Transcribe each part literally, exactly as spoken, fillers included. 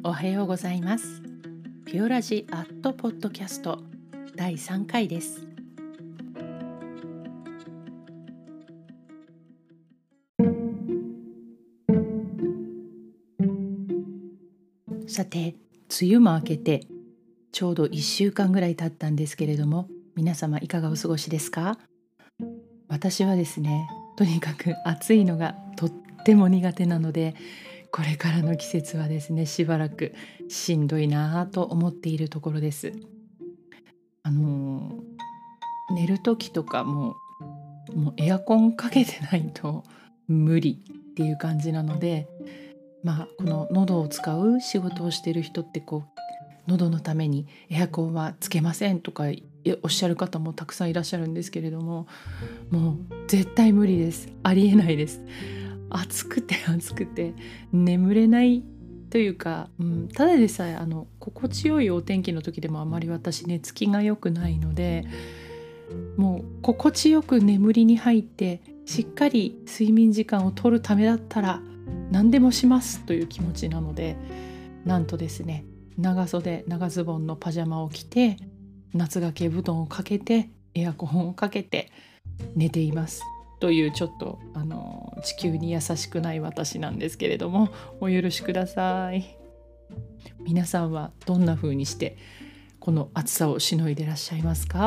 おはようございます。ピオラジアットポッドキャストだいさんかいです。さて、梅雨も明けてちょうどいっしゅうかんぐらい経ったんですけれども、皆様いかがお過ごしですか？私はですね、とにかく暑いのがとっても苦手なので、これからの季節はですね、しばらくしんどいなぁと思っているところです。あのー寝る時とかももうエアコンかけてないと無理っていう感じなので、まあこの喉を使う仕事をしている人ってこう喉のためにエアコンはつけませんとかおっしゃる方もたくさんいらっしゃるんですけれども、もう絶対無理です。ありえないです。暑くて暑くて眠れないというか、うん、ただでさえあの心地よいお天気の時でもあまり私寝つきが良くないので、もう心地よく眠りに入ってしっかり睡眠時間を取るためだったら何でもしますという気持ちなので、なんとですね、長袖長ズボンのパジャマを着て夏掛け布団をかけてエアコンをかけて寝ていますという、ちょっとあの地球に優しくない私なんですけれども、お許しください。皆さんはどんな風にしてこの暑さをしのいでらっしゃいますか？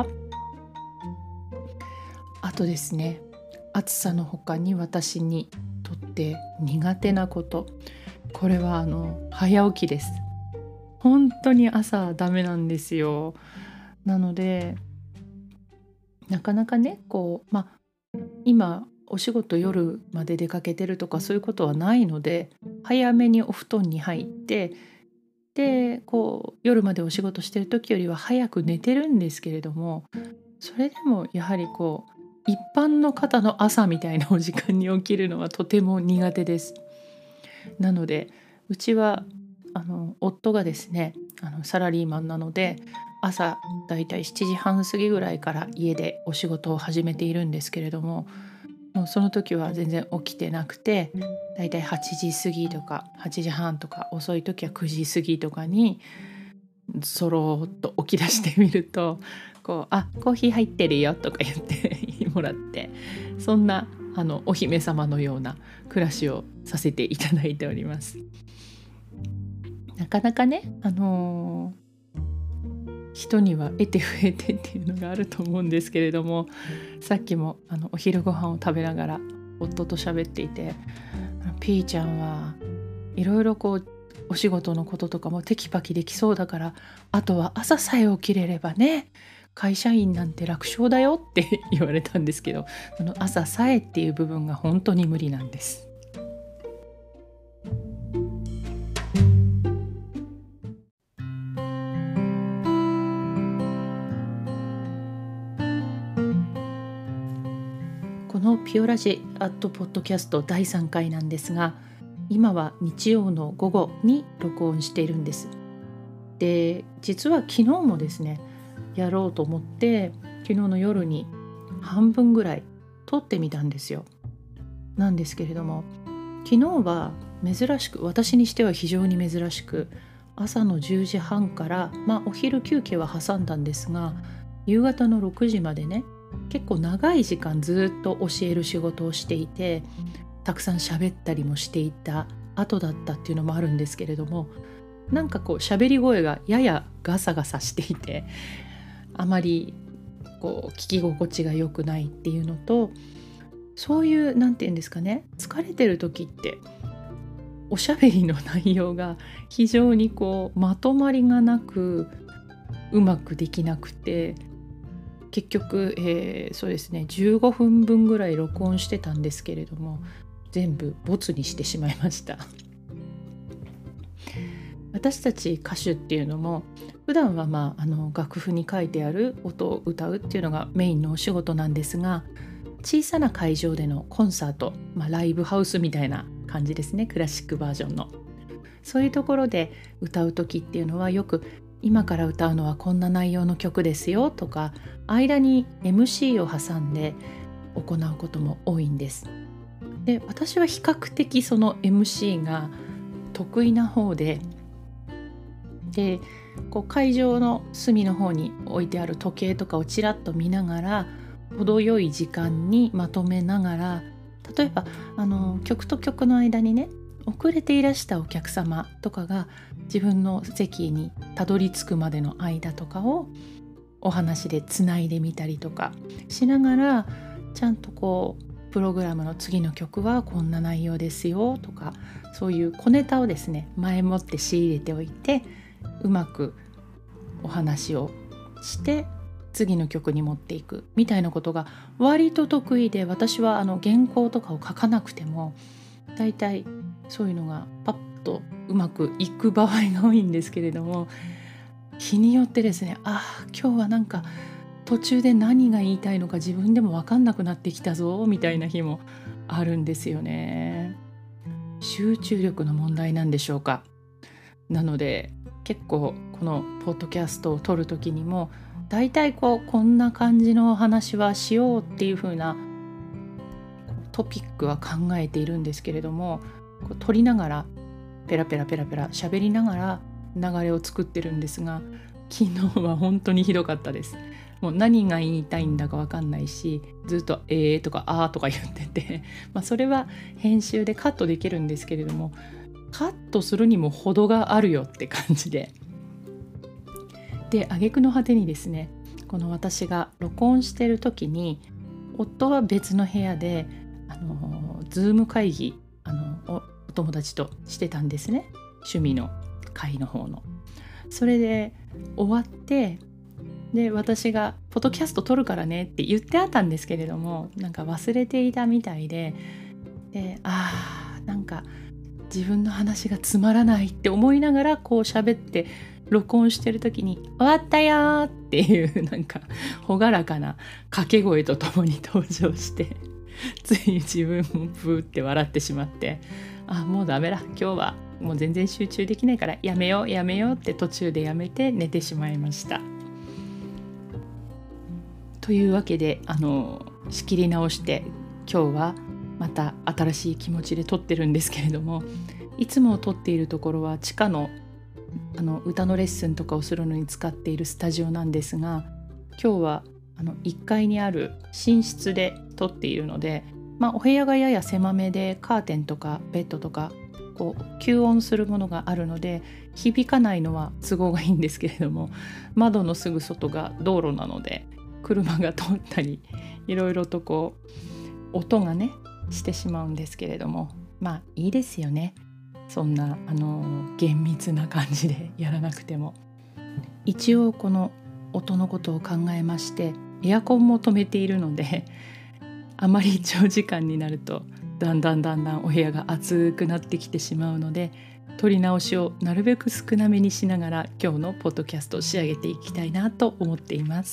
あとですね、暑さの他に私にとって苦手なこと、これはあの早起きです。本当に朝ダメなんですよ。なのでなかなかね、こうまあ今お仕事夜まで出かけてるとかそういうことはないので、早めにお布団に入って、でこう夜までお仕事してる時よりは早く寝てるんですけれども、それでもやはりこう一般の方の朝みたいなお時間に起きるのはとても苦手です。なのでうちはあの夫がですね、あのサラリーマンなので朝だいたいしちじはん過ぎぐらいから家でお仕事を始めているんですけれども、もうその時は全然起きてなくて、だいたいはちじ過ぎとかはちじはんとか、遅い時はくじ過ぎとかにそろーっと起き出してみると、こうあコーヒー入ってるよとか言ってもらって、そんなあのお姫様のような暮らしをさせていただいております。なかなかね、あのー人には得て増えてっていうのがあると思うんですけれども、さっきもあのお昼ご飯を食べながら夫と喋っていて、ピーちゃんはいろいろこうお仕事のこととかもテキパキできそうだから、あとは朝さえ起きれればね、会社員なんて楽勝だよって言われたんですけど、その朝さえっていう部分が本当に無理なんです。このピオラジアットポッドキャストだいさんかいなんですが、今は日曜の午後に録音しているんです。で、実は昨日もですね、やろうと思って昨日の夜に半分ぐらい撮ってみたんですよ。なんですけれども、昨日は珍しく、私にしては非常に珍しく、朝のじゅうじはんから、まあお昼休憩は挟んだんですが、夕方のろくじまでね、結構長い時間ずっと教える仕事をしていて、たくさん喋ったりもしていた後だったっていうのもあるんですけれども、なんかこう喋り声がややガサガサしていて、あまりこう聞き心地が良くないっていうのと、そういうなんていうんですかね、疲れてる時っておしゃべりの内容が非常にこうまとまりがなく、うまくできなくて、結局、えーそうですね、じゅうごふんぶんぐらい録音してたんですけれども、全部ボツにしてしまいました。私たち歌手っていうのも普段は、まあ、あの楽譜に書いてある音を歌うっていうのがメインのお仕事なんですが、小さな会場でのコンサート、まあ、ライブハウスみたいな感じですね、クラシックバージョンの。そういうところで歌う時っていうのは、よく今から歌うのはこんな内容の曲ですよとか、間に エムシー を挟んで行うことも多いんです。で、私は比較的その エムシー が得意な方で、 でこう会場の隅の方に置いてある時計とかをちらっと見ながら程よい時間にまとめながら、例えばあの曲と曲の間にね遅れていらしたお客様とかが自分の席にたどり着くまでの間とかをお話でつないでみたりとかしながら、ちゃんとこうプログラムの次の曲はこんな内容ですよとか、そういう小ネタをですね前もって仕入れておいて、うまくお話をして次の曲に持っていくみたいなことが割と得意で、私はあの原稿とかを書かなくてもだいたいそういうのがパッとうまくいく場合が多いんですけれども、日によってですね、ああ今日はなんか途中で何が言いたいのか自分でも分かんなくなってきたぞみたいな日もあるんですよね。集中力の問題なんでしょうか。なので結構このポッドキャストを撮る時にもだいたいこうこんな感じの話はしようっていう風なトピックは考えているんですけれども、こう撮りながらペラペラペラペラ喋りながら流れを作ってるんですが、昨日は本当にひどかったです。もう何が言いたいんだか分かんないし、ずっとえーとかあーとか言ってて、まあ、それは編集でカットできるんですけれども、カットするにも程があるよって感じで、で挙句の果てにですね、この私が録音してる時に夫は別の部屋であのズーム会議あの お, お友達としてたんですね、趣味の会の方の。それで終わって、で私がポッドキャスト撮るからねって言ってあったんですけれども、なんか忘れていたみたいで、であーなんか自分の話がつまらないって思いながらこう喋って録音してる時に終わったよっていうなんか朗らかな掛け声とともに登場してつい自分もブーって笑ってしまって、あもうダメだ今日はもう全然集中できないからやめようやめようって途中でやめて寝てしまいました。というわけであの仕切り直して今日はまた新しい気持ちで撮ってるんですけれども、いつも撮っているところは地下のあの歌のレッスンとかをするのに使っているスタジオなんですが、今日はあのいっかいにある寝室で撮っているので、まあ、お部屋がやや狭めでカーテンとかベッドとかこう吸音するものがあるので響かないのは都合がいいんですけれども、窓のすぐ外が道路なので車が通ったりいろいろとこう音がねしてしまうんですけれども、まあいいですよね、そんなあの厳密な感じでやらなくても。一応この音のことを考えましてエアコンも止めているので、あまり長時間になるとだんだんだんだんお部屋が暑くなってきてしまうので、撮り直しをなるべく少なめにしながら今日のポッドキャストを仕上げていきたいなと思っています。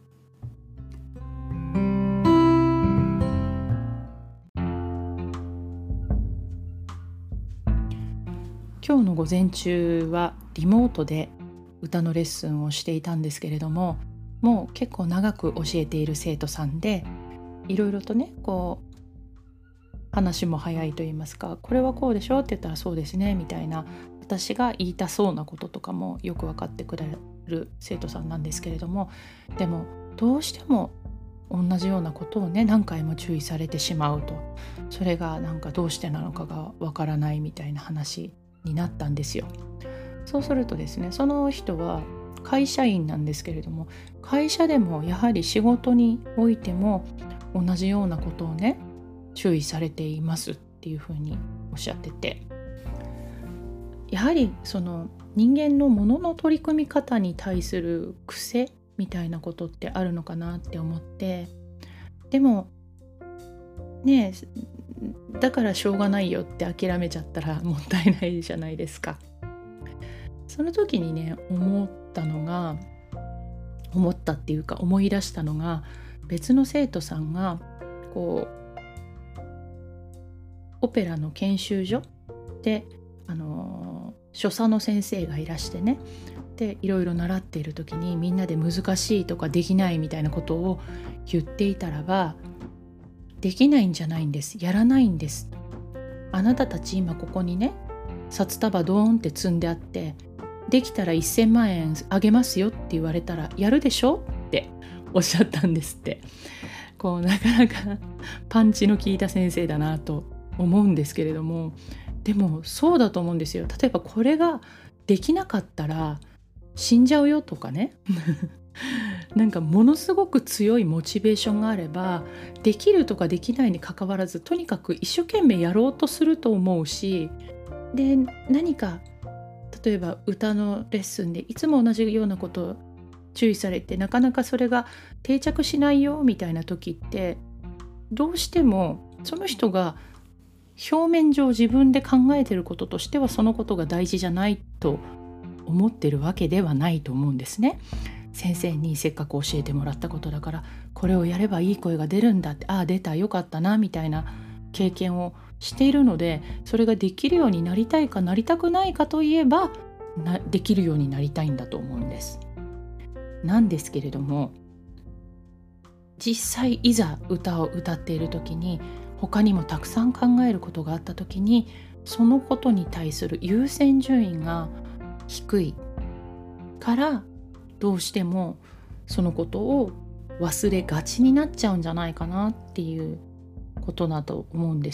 今日の午前中はリモートで歌のレッスンをしていたんですけれども、もう結構長く教えている生徒さんで、いろいろとねこう話も早いと言いますか、これはこうでしょって言ったらそうですねみたいな、私が言いたそうなこととかもよく分かってくれる生徒さんなんですけれども、でもどうしても同じようなことをね何回も注意されてしまうと、それがなんかどうしてなのかが分からないみたいな話になったんですよ。そうするとですね、その人は会社員なんですけれども、会社でもやはり仕事においても同じようなことをね注意されていますっていうふうにおっしゃってて、やはりその人間のものの取り組み方に対する癖みたいなことってあるのかなって思って、でもねえだからしょうがないよって諦めちゃったらもったいないじゃないですか。その時にね思ったのが思ったっていうか思い出したのが、別の生徒さんがこうオペラの研修所であの所作の先生がいらしてね、でいろいろ習っている時にみんなで難しいとかできないみたいなことを言っていたらば、できないんじゃないんです、やらないんです。あなたたち今ここにね札束ドーンって積んであって、 できたらせんまんえんあげますよって言われたらやるでしょっておっしゃったんですって。こうなかなかパンチの効いた先生だなと思うんですけれども、でもそうだと思うんですよ。例えばこれができなかったら死んじゃうよとかねなんかものすごく強いモチベーションがあれば、できるとかできないにかかわらずとにかく一生懸命やろうとすると思うし、で何か例えば歌のレッスンでいつも同じようなことを注意されてなかなかそれが定着しないよみたいな時って、どうしてもその人が表面上自分で考えてることとしてはそのことが大事じゃないと思ってるわけではないと思うんですね。先生にせっかく教えてもらったことだからこれをやればいい声が出るんだって、ああ出たよかったなみたいな経験をしているので、それができるようになりたいかなりたくないかといえばなできるようになりたいんだと思うんです。なんですけれども、実際いざ歌を歌っている時に他にもたくさん考えることがあった時に、そのことに対する優先順位が低いからどうしてもそのことを忘れがちになっちゃうんじゃないかなっていうことだと思うんです。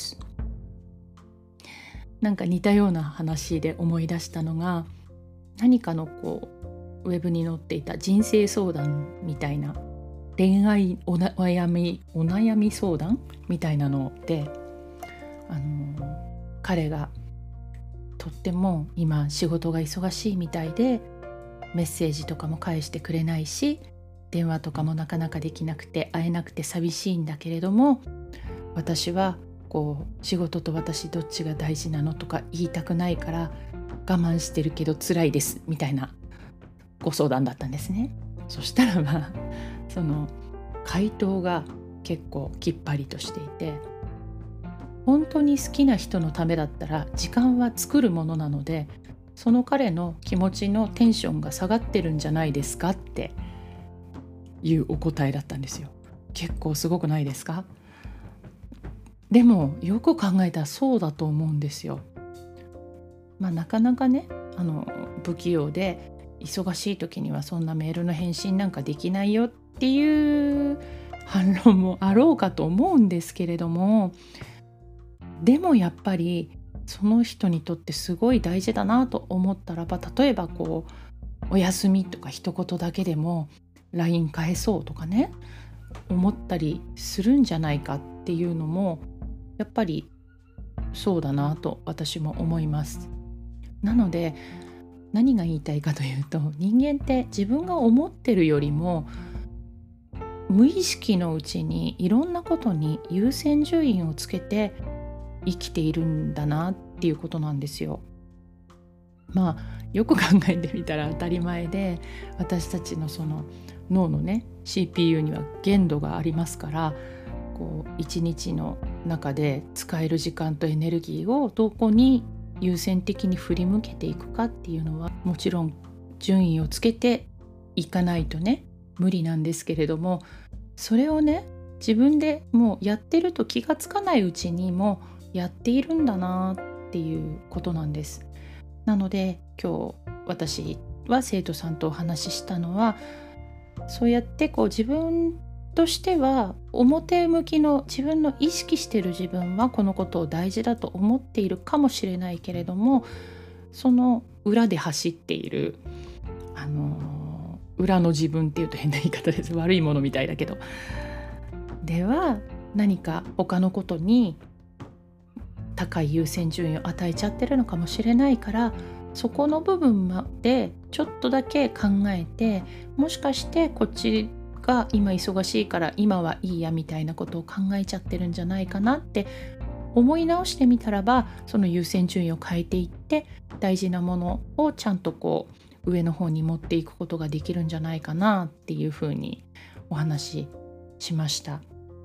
なんか似たような話で思い出したのが、何かのこうウェブに載っていた人生相談みたいな、恋愛お悩みお悩み相談みたいなので、あの彼がとっても今仕事が忙しいみたいでメッセージとかも返してくれないし、電話とかもなかなかできなくて会えなくて寂しいんだけれども、私はこう仕事と私どっちが大事なのとか言いたくないから我慢してるけど辛いですみたいなご相談だったんですね。そしたらばその回答が結構きっぱりとしていて、本当に好きな人のためだったら時間は作るものなので、その彼の気持ちのテンションが下がってるんじゃないですかっていうお答えだったんですよ。結構すごくないですか？でもよく考えたらそうだと思うんですよ。まあなかなかね、あの不器用で忙しい時にはそんなメールの返信なんかできないよっていう反論もあろうかと思うんですけれども、でもやっぱりその人にとってすごい大事だなと思ったらば、例えばこうお休みとか一言だけでも ライン 返そうとかね思ったりするんじゃないかっていうのもやっぱりそうだなと私も思います。なので何が言いたいかというと、人間って自分が思ってるよりも無意識のうちにいろんなことに優先順位をつけて生きているんだなっていうことなんですよ。まあよく考えてみたら当たり前で、私たちのその脳のね シーピーユー には限度がありますから、こう一日の中で使える時間とエネルギーをどこに優先的に振り向けていくかっていうのはもちろん順位をつけていかないとね無理なんですけれども、それをね自分でもうやってると気がつかないうちにもやっているんだなっていうことなんです。なので今日私は生徒さんとお話ししたのは、そうやってこう自分としては表向きの自分の意識している自分はこのことを大事だと思っているかもしれないけれども、その裏で走っているあの裏の自分っていうと変な言い方です、悪いものみたいだけど、では何か他のことに高い優先順位を与えちゃってるのかもしれないから、そこの部分までちょっとだけ考えて、もしかしてこっちが今忙しいから今はいいやみたいなことを考えちゃってるんじゃないかなって思い直してみたらば、その優先順位を変えていって大事なものをちゃんとこう上の方に持っていくことができるんじゃないかなっていうふうにお話ししました。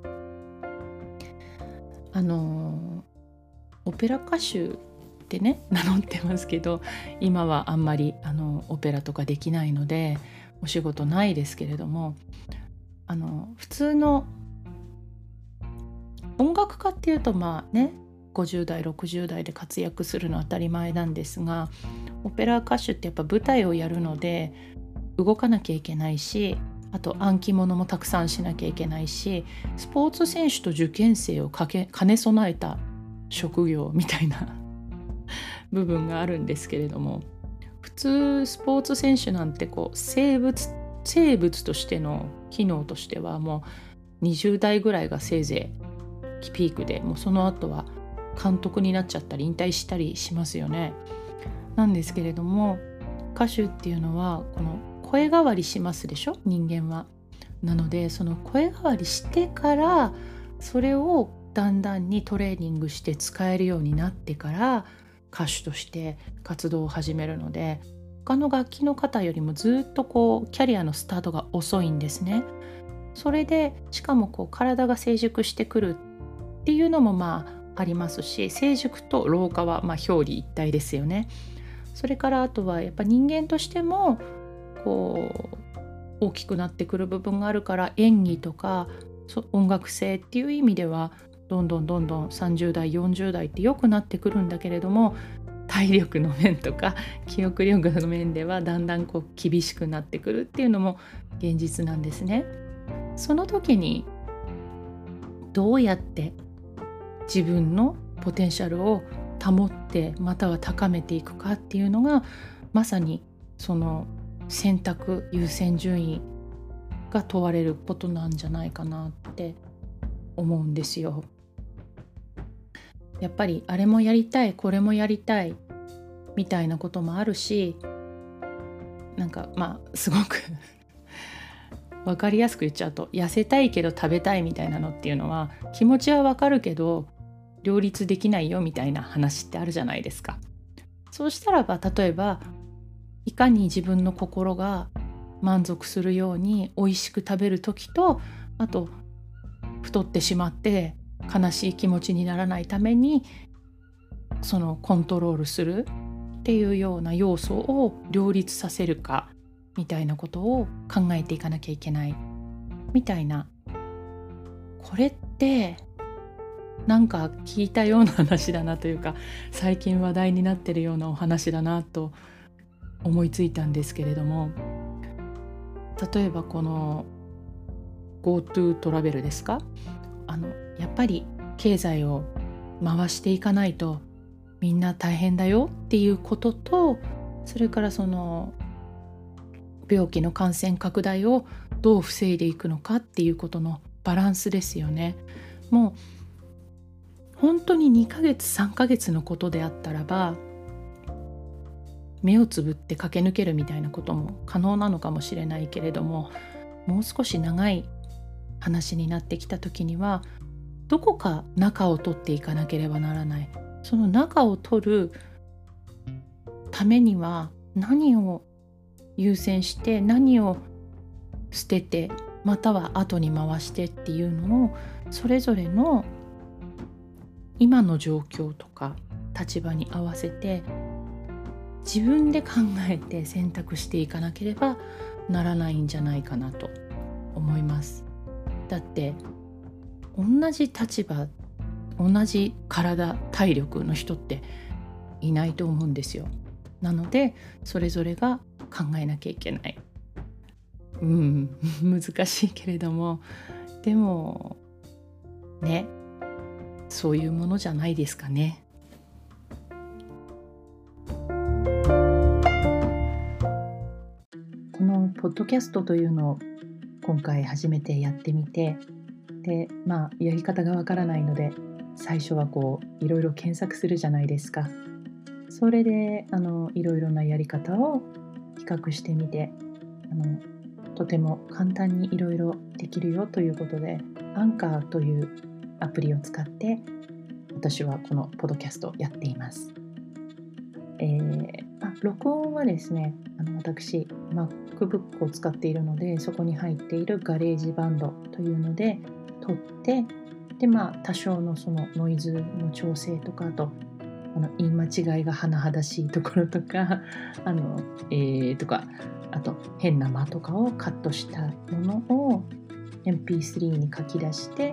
あのオペラ歌手ってね名乗ってますけど、今はあんまりあのオペラとかできないのでお仕事ないですけれども、あの普通の音楽家っていうとまあねごじゅう代ろくじゅう代で活躍するのは当たり前なんですが、オペラ歌手ってやっぱ舞台をやるので動かなきゃいけないし、あと暗記物もたくさんしなきゃいけないし、スポーツ選手と受験生をかけ兼ね備えた職業みたいな部分があるんですけれども、普通スポーツ選手なんてこう生物生物としての機能としてはもうにじゅう代ぐらいがせいぜいピークで、もうその後は監督になっちゃったり引退したりしますよね。なんですけれども、歌手っていうのはこの声変わりしますでしょ、人間は。なのでその声変わりしてからそれをだんだんにトレーニングして使えるようになってから歌手として活動を始めるので、他の楽器の方よりもずっとこうキャリアのスタートが遅いんですね。それでしかもこう体が成熟してくるっていうのもまあありますし、成熟と老化はまあ表裏一体ですよね。それからあとはやっぱ人間としてもこう大きくなってくる部分があるから、演技とか音楽性っていう意味ではどんどんどんどんさんじゅう代よんじゅう代って良くなってくるんだけれども、体力の面とか記憶力の面ではだんだんこう厳しくなってくるっていうのも現実なんですね。その時にどうやって自分のポテンシャルを保ってまたは高めていくかっていうのが、まさにその選択優先順位が問われることなんじゃないかなって思うんですよ。やっぱりあれもやりたいこれもやりたいみたいなこともあるし、なんかまあすごく分かりやすく言っちゃうと、痩せたいけど食べたいみたいなのっていうのは気持ちは分かるけど両立できないよみたいな話ってあるじゃないですか。そうしたらば、例えばいかに自分の心が満足するように美味しく食べる時と、あと太ってしまって悲しい気持ちにならないためにそのコントロールするっていうような要素を両立させるかみたいなことを考えていかなきゃいけないみたいな、これってなんか聞いたような話だなというか、最近話題になってるようなお話だなと思いついたんですけれども、例えばこの GoTo トラベルですか、あのやっぱり経済を回していかないとみんな大変だよっていうことと、それからその病気の感染拡大をどう防いでいくのかっていうことのバランスですよね。もう本当ににかげつさんかげつのことであったらば目をつぶって駆け抜けるみたいなことも可能なのかもしれないけれども、もう少し長い話になってきた時にはどこか中を取っていかなければならない。その中を取るためには何を優先して何を捨ててまたは後に回してっていうのをそれぞれの今の状況とか立場に合わせて自分で考えて選択していかなければならないんじゃないかなと思います。だって同じ立場同じ体体力の人っていないと思うんですよ。なのでそれぞれが考えなきゃいけない。うん難しいけれども、でもね、そういうものじゃないですかね。このポッドキャストというのを今回初めてやってみて、でまあやり方がわからないので最初はこういろいろ検索するじゃないですか。それであのいろいろなやり方を比較してみて、あのとても簡単にいろいろできるよということで、アンカーというアプリを使って私はこのポッドキャストをやっています。えー、あ録音はですね、あの私 MacBook を使っているので、そこに入っているガレージバンドというので撮って、でまあ多少のそのノイズの調整とか、あとあの言い間違いが甚だしいところとかあの、えー、とかあと変な間とかをカットしたものを エムピースリー に書き出して、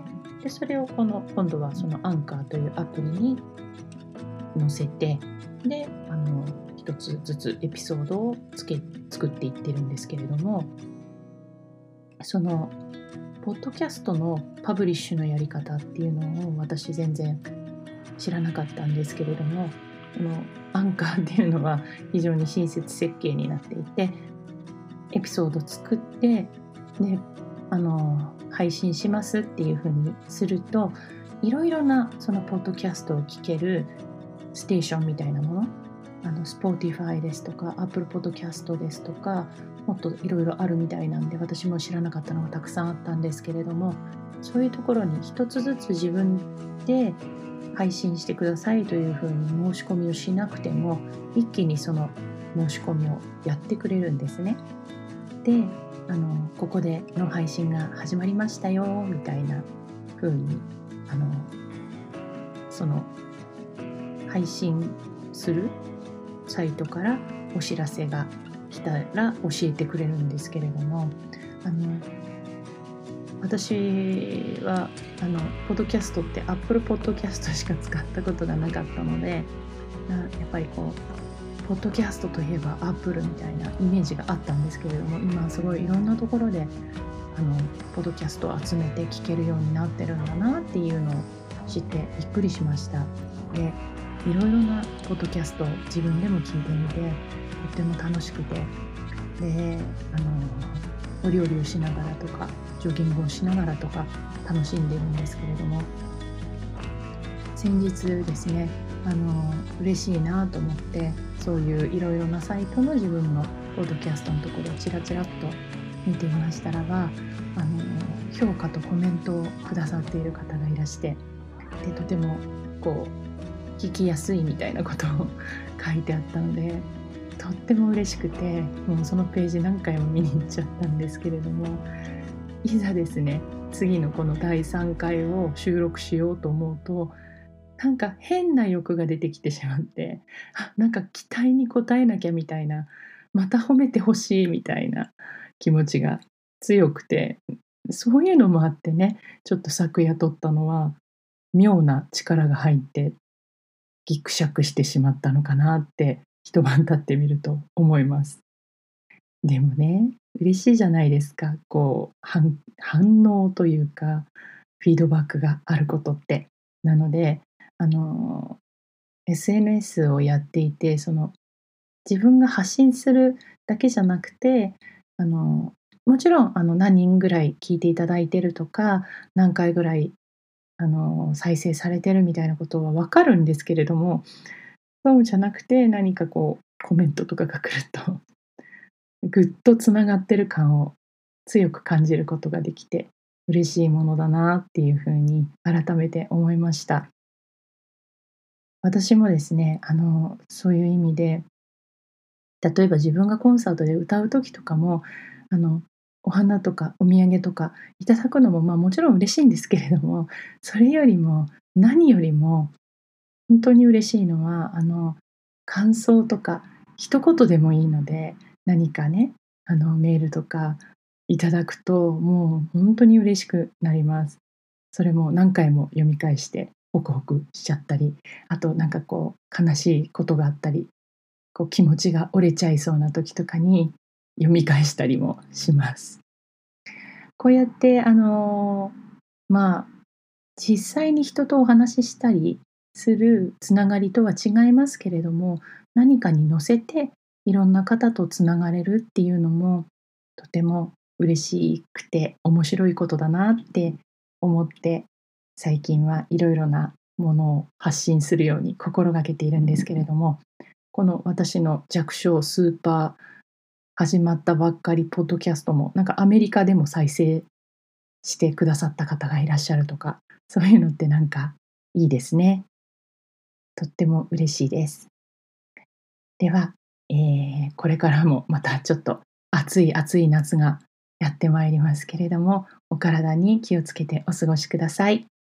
でそれをこの今度はそのアンカーというアプリに載せて、であの一つずつエピソードをつけ作っていってるんですけれども、そのポッドキャストのパブリッシュのやり方っていうのを私全然知らなかったんですけれども、このアンカーっていうのは非常に親切設計になっていて、エピソード作ってであの配信しますっていう風にすると、いろいろなそのポッドキャストを聞けるステーションみたいなもの、あの Spotify ですとか Apple Podcast ですとか、もっといろいろあるみたいなんで、私も知らなかったのがたくさんあったんですけれども、そういうところに一つずつ自分で配信してくださいというふうに申し込みをしなくても、一気にその申し込みをやってくれるんですね。で、あのここでの配信が始まりましたよみたいな風に、あのその配信するサイトからお知らせが来たら教えてくれるんですけれども、あの私はあのポッドキャストって Apple Podcast しか使ったことがなかったので、なやっぱりこうポッドキャストといえば Apple みたいなイメージがあったんですけれども、今すごいいろんなところであのポッドキャストを集めて聞けるようになってるんだなっていうのを知ってびっくりしました。で、いろいろなポッドキャストを自分でも聞いてみて、とっても楽しくて、であのお料理をしながらとかジョギングをしながらとか楽しんでいるんですけれども、先日ですね、あの嬉しいなと思って、そういういろいろなサイトの自分のポッドキャストのところをちらちらっと見ていましたらば、あの評価とコメントをくださっている方がいらして、でとてもこう聞きやすいみたいなことを書いてあったので、とっても嬉しくて、もうそのページ何回も見に行っちゃったんですけれども、いざですね、次のこのだいさんかいを収録しようと思うと、なんか変な欲が出てきてしまって、あ、なんか期待に応えなきゃみたいな、また褒めてほしいみたいな気持ちが強くて、そういうのもあってね、ちょっと昨夜撮ったのは妙な力が入ってギクシャクしてしまったのかなって一晩経ってみると思います。でもね、嬉しいじゃないですか。こう、反反応というか、フィードバックがあることって。なので、あの、エスエヌエス をやっていて、その、自分が発信するだけじゃなくて、あの、もちろん、あの、何人ぐらい聞いていただいてるとか、何回ぐらい、あの、再生されてるみたいなことは分かるんですけれども、そうじゃなくて、何かこうコメントとかが来るとぐっとつながってる感を強く感じることができて、嬉しいものだなっていう風に改めて思いました。私もですね、あの、そういう意味で、例えば自分がコンサートで歌う時とかも、あの、お花とかお土産とかいただくのも、ま、もちろん嬉しいんですけれども、それよりも何よりも本当に嬉しいのは、あの、感想とか一言でもいいので、何かね、あの、メールとかいただくと、もう本当に嬉しくなります。それも何回も読み返してホクホクしちゃったり、あとなんかこう悲しいことがあったり、こう気持ちが折れちゃいそうな時とかに読み返したりもします。こうやってあの、まあ実際に人とお話ししたりするつながりとは違いますけれども、何かに乗せていろんな方とつながれるっていうのも、とても嬉しくて面白いことだなって思って、最近はいろいろなものを発信するように心がけているんですけれども、この私の弱小スーパー始まったばっかりポッドキャストも、なんかアメリカでも再生してくださった方がいらっしゃるとか、そういうのってなんかいいですね。とっても嬉しいです。では、えーこれからもまたちょっと暑い暑い夏がやってまいりますけれども、お体に気をつけてお過ごしください。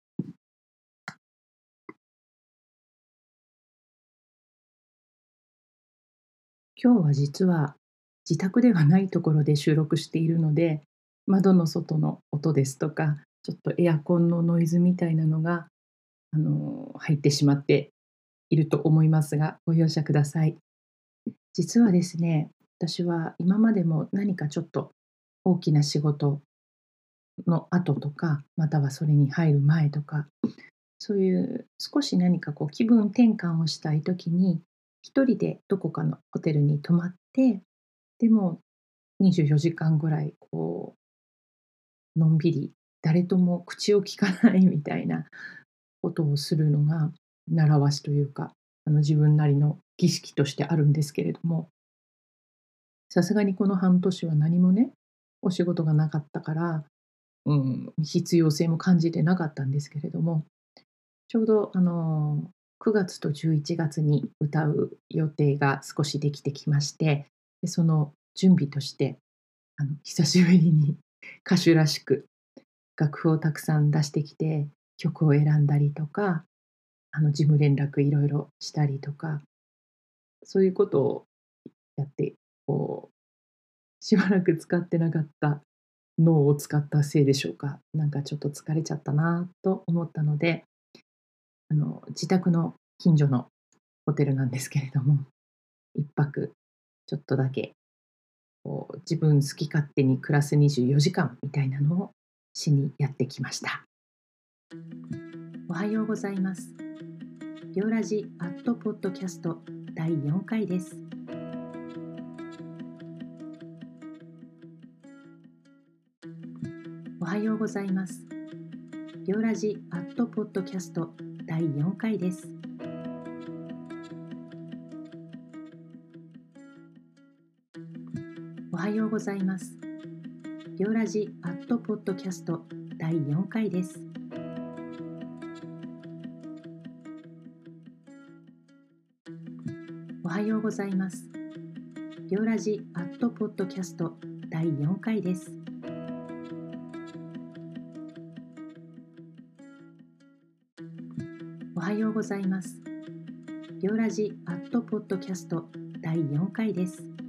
今日は実は自宅ではないところで収録しているので、窓の外の音ですとかちょっとエアコンのノイズみたいなのが、あの、入ってしまっていると思いますが、ご容赦ください。実はですね、私は今までも何かちょっと大きな仕事の後とか、またはそれに入る前とか、そういう少し何かこう気分転換をしたい時に、一人でどこかのホテルに泊まって、でもにじゅうよじかんぐらいこうのんびり、誰とも口を聞かないみたいなことをするのが習わしというか、あの自分なりの儀式としてあるんですけれども、さすがにこの半年は何もね、お仕事がなかったから、うん、必要性も感じてなかったんですけれども、ちょうどあの、くがつとじゅういちがつに歌う予定が少しできてきまして、で、その準備として、あの、久しぶりに歌手らしく楽譜をたくさん出してきて、曲を選んだりとか、あの、事務連絡いろいろしたりとか、そういうことをやって、こう、しばらく使ってなかった脳を使ったせいでしょうか、なんかちょっと疲れちゃったなと思ったので、あの、自宅の近所のホテルなんですけれども、いっぱくちょっとだけ、こう、自分好き勝手に暮らすにじゅうよじかんみたいなのをしにやってきました。おはようございます。りょうラジアットポッドキャストだいよんかいです。おはようございます。りょうラジアットポッドキャストだいよんかいです。おはようございます。りょうラジアットポッドキャストだいよんかいです。おはようございます。りょうラジアットポッドキャストだいよんかいです。おはようございます。りょうラジアットポッドキャストだいよんかいです。